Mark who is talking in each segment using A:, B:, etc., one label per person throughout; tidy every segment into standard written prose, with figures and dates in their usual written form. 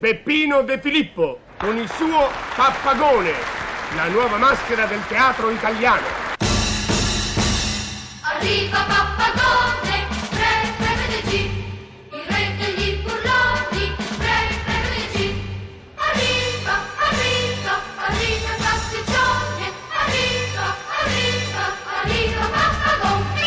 A: Peppino De Filippo con il suo Pappagone, la nuova maschera del teatro italiano.
B: Arriva Pappagone, il re degli burloni, arriva pasticcione, arriva Pappagone.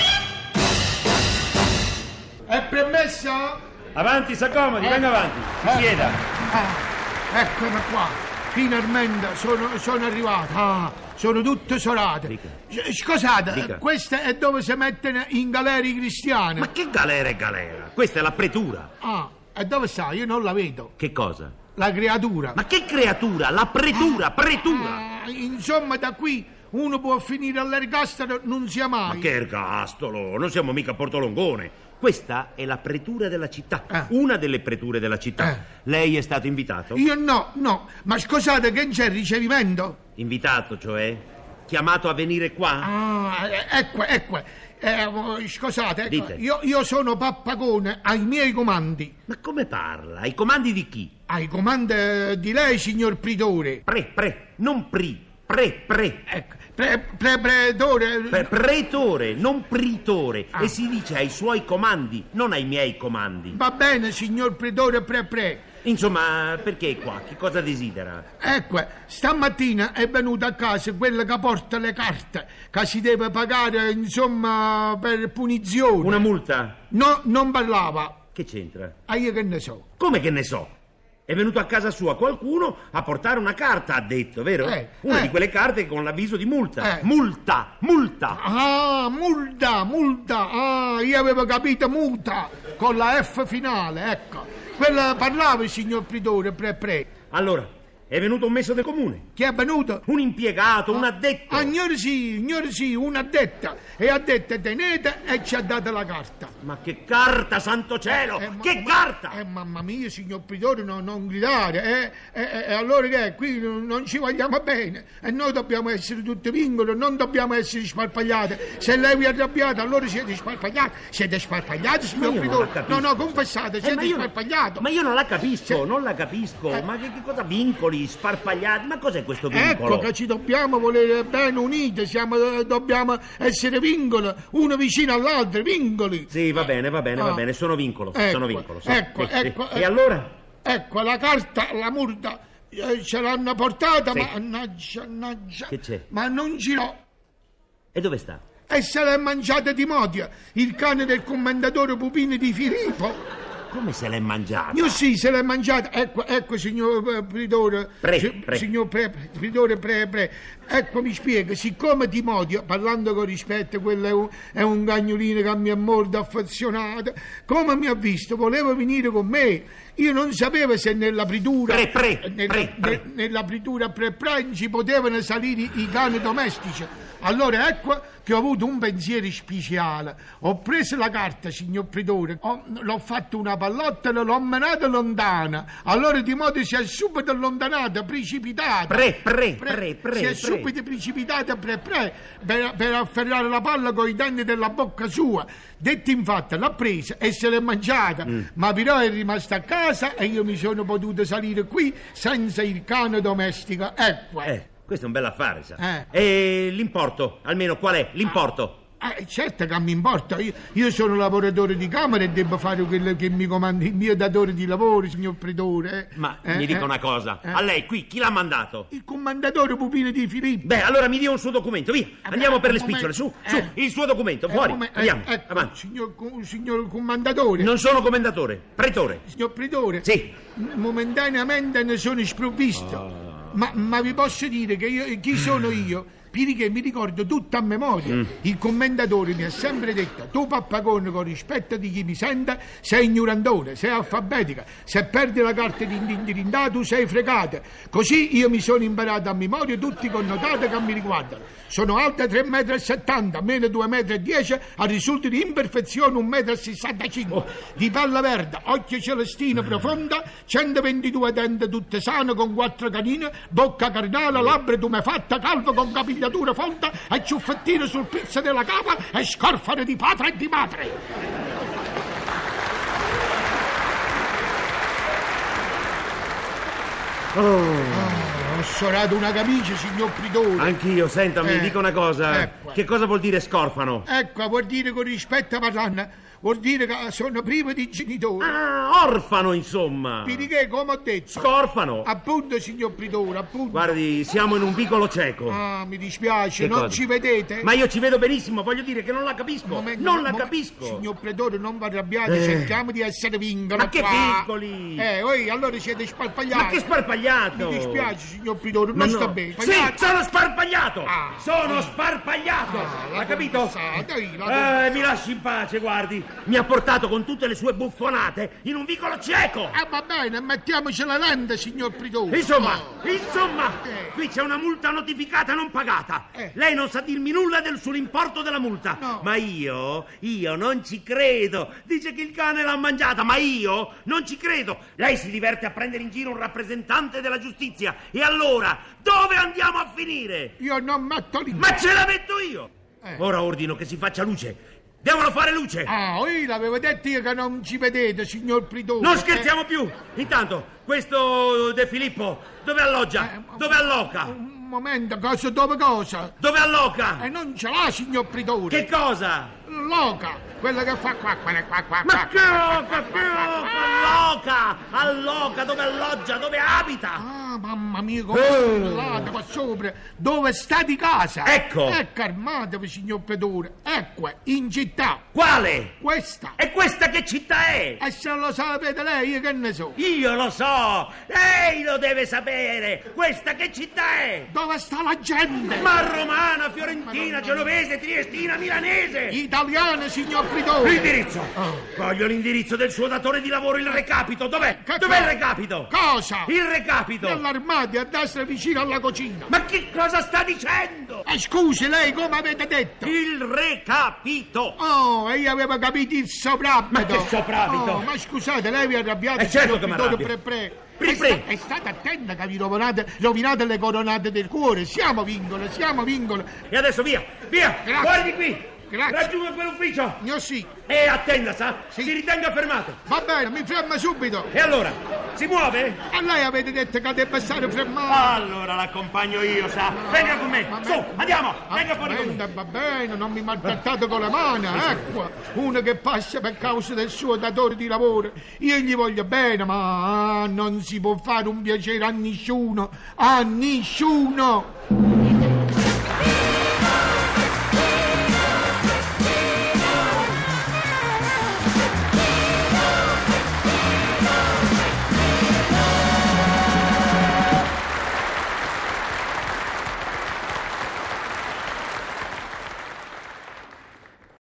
C: È permessa?
D: Avanti, s'accomodi, venga avanti, si sieda.
C: Eccomi qua, finalmente sono arrivato. Sono tutte solate.
D: Dica.
C: Scusate,
D: Dica.
C: questa è dove si mettono in galera i cristiani.
D: Ma che galera è galera? Questa è la pretura.
C: E dove sta? Io non la vedo.
D: Che cosa?
C: La creatura.
D: Ma che creatura? La pretura.
C: Insomma, da qui uno può finire all'ergastolo, non sia mai.
D: Ma che ergastolo? Non siamo mica a Portolongone. Questa è la pretura della città, una delle preture della città. Lei è stato invitato?
C: Io no. Ma scusate, che c'è il ricevimento?
D: Invitato, cioè? Chiamato a venire qua?
C: Ecco. Scusate,
D: Dite.
C: Io sono Pappagone ai miei comandi.
D: Ma come parla? Ai comandi di chi?
C: Ai comandi di lei, signor Pretore.
D: Non pre.
C: Ecco, pretore.
D: Pretore, non pritore. E si dice ai suoi comandi, non ai miei comandi.
C: Va bene, signor Pretore, pre.
D: Insomma, perché qua? Che cosa desidera?
C: Ecco, stamattina è venuta a casa quella che porta le carte, che si deve pagare, insomma, per punizione.
D: Una multa?
C: No, non parlava.
D: Che c'entra?
C: Io che ne so.
D: Come che ne so? È venuto a casa sua qualcuno a portare una carta, ha detto, vero? Una di quelle carte con l'avviso di multa. Multa!
C: Multa. Io avevo capito multa, con la F finale, ecco. Quella parlava, signor Pretore, pre.
D: Allora, è venuto un messo del comune.
C: Chi è venuto?
D: Un impiegato, un addetto.
C: Signore sì, un'addetta. E ha detto tenete e ci ha dato la carta.
D: Ma che carta, santo cielo! Che carta!
C: Mamma mia, signor Pretore, non gridare. Allora che qui non ci vogliamo bene. E noi dobbiamo essere tutti vincoli, non dobbiamo essere sparpagliati. Se lei vi è arrabbiata, allora siete sparpagliati. Siete sparpagliati, signor Pretore? No, confessate, siete sparpagliati.
D: Ma io non la capisco, Ma che cosa vincoli? Sparpagliati, ma cos'è questo vincolo?
C: Ecco che ci dobbiamo volere bene uniti, dobbiamo essere vincoli, uno vicino all'altro, vincoli.
D: Sì, va bene, sono vincolo.
C: Ecco.
D: E allora?
C: Ecco, la carta, la multa, ce l'hanno portata,
D: sì.
C: Mannaggia.
D: Che c'è?
C: Ma non girò.
D: E dove sta?
C: E se l'è mangiata di Modia, il cane del commendatore Pupini di Filippo.
D: Come se l'è mangiata?
C: Io sì, se l'è mangiata. Ecco, signor Pretore. Signor Pretore, pre. Ecco, mi spiega, siccome Timodio, parlando con rispetto, quello è un cagnolino che mi ha molto affezionato, come mi ha visto, voleva venire con me. Io non sapevo se nella pritura... Nella pritura pre ci potevano salire i cani domestici. Allora ecco che ho avuto un pensiero speciale. Ho preso la carta, signor Pretore, l'ho fatto una pallottola, l'ho menata lontana. Allora Timodio si è subito allontanato, precipitato. Si è subito precipitato per afferrare la palla con i denti della bocca sua. Detto infatti, l'ha presa e se l'è mangiata, ma però è rimasta a casa e io mi sono potuto salire qui senza il cane domestico. Ecco.
D: Questo è un bel affare, sa. E l'importo? Almeno qual è l'importo?
C: Certo che mi importa. Io sono lavoratore di camera e devo fare quello che mi comanda il mio datore di lavoro, signor Pretore.
D: Ma mi dica una cosa. A lei qui chi l'ha mandato?
C: Il commendatore Pupini di Filippo.
D: Beh, allora mi dia un suo documento, via. Andiamo per le spicciole, su, il suo documento, fuori. Andiamo, avanti.
C: Signor commendatore.
D: Non sono commendatore, pretore.
C: Signor Pretore?
D: Sì.
C: Momentaneamente ne sono sprovvisto. Ma vi posso dire che chi sono io? Perché mi ricordo tutto a memoria. Il commendatore mi ha sempre detto: tu Pappagone, con rispetto di chi mi sente, sei ignorantone, sei alfabetica, se perdi la carta di indirizzato tu sei fregata. Così io mi sono imparato a memoria tutti i connotati che mi riguardano. Sono alta 3,70 m, meno 2,10 m, a risulti di imperfezione 1,65 m, di palla verde, occhio celestino profonda, 122 denti tutte sane con 4 canine, bocca carnale, labbra tumefatta, calvo con capigliatura fonda e ciuffettino sul pizzo della capa e scorfare di patria e di madre. Ho sorato una camicia, signor Priore.
D: Anch'io, senta, mi dica una cosa.
C: Ecco.
D: Che cosa vuol dire scorfano?
C: Ecco, vuol dire con rispetto a parlare, vuol dire che sono privo di genitori.
D: Ah, orfano, insomma.
C: Quindi che, come ho detto?
D: Scorfano.
C: Appunto, signor Priore, appunto.
D: Guardi, siamo in un vicolo cieco.
C: Ah, mi dispiace,
D: Che
C: non
D: cosa?
C: ci vedete?
D: Ma io ci vedo benissimo, voglio dire che non la capisco. Non la capisco.
C: Signor Pretore, non vi arrabbiate, cerchiamo di essere vincoli.
D: Ma che
C: qua.
D: piccoli?
C: Allora siete sparpagliati.
D: Ma che sparpagliato?
C: Mi dispiace, signor Priore, non sta bene.
D: Sì, sono sparpagliato!
C: Ah.
D: Sono sparpagliato! Ha capito? Mi lasci in pace, guardi. Mi ha portato con tutte le sue buffonate in un vicolo cieco.
C: Va bene, mettiamoci la lente, signor Priore.
D: Insomma, qui c'è una multa notificata non pagata. Lei non sa dirmi nulla sull'importo della multa.
C: No.
D: Ma io non ci credo. Dice che il cane l'ha mangiata, ma io non ci credo. Lei si diverte a prendere in giro un rappresentante della giustizia. E allora, dove andiamo a finire?
C: Io non metto lì.
D: Ma ce la metto io! Ora ordino che si faccia luce. Devono fare luce!
C: Io l'avevo detto io che non ci vedete, signor Priore.
D: Non scherziamo più! Intanto, questo De Filippo, dove alloggia? Dove alloca?
C: Un momento, cosa dove cosa?
D: Dove alloca?
C: Non ce l'ha, signor Priore.
D: Che cosa?
C: Loca, quella che fa qua.
D: Ma che loca? Alloca, dove alloggia? Dove abita?
C: Ah, mamma mia, come strillate qua sopra. Dove sta di casa?
D: Ecco,
C: armatevi, signor Priore. Ecco, in città.
D: Quale?
C: Questa.
D: E questa che città è?
C: E se lo sapete lei, io che ne so?
D: Io lo so, lei lo deve sapere. Questa che città è?
C: Dove sta la gente?
D: Ma romana, fiorentina, genovese, triestina, milanese.
C: Italiana, signor Priore.
D: L'indirizzo. Voglio l'indirizzo del suo datore di lavoro, il recapito. Dov'è? Dov'è il recapito?
C: Cosa?
D: Il recapito.
C: Nell'armadio a destra vicino alla cucina.
D: Ma che cosa sta dicendo?
C: Scusi, lei come avete detto?
D: Il recapito.
C: E io avevo capito il soprabito.
D: Ma che soprabito?
C: Ma scusate, lei vi arrabbiate,
D: certo
C: signor
D: che mi
C: Priore,
D: arrabbio.
C: E state attenta che vi rovinate le coronate del cuore. Siamo vincoli.
D: E adesso via.
C: Grazie.
D: Fuori di qui.
C: Grazie.
D: Raggiunga quell'ufficio.
C: Io sì.
D: E attenda, sa?
C: Sì.
D: Si ritenga fermato.
C: Va bene, mi ferma subito.
D: E allora? Si muove?
C: A lei avete detto che debba stare fermato.
D: Allora l'accompagno io, sa? Venga con me. Su, andiamo. Venga fuori con me.
C: Va bene, non mi maltrattate con la mano. Ecco, uno che passa per causa del suo datore di lavoro. Io gli voglio bene, ma non si può fare un piacere a nessuno. A nessuno.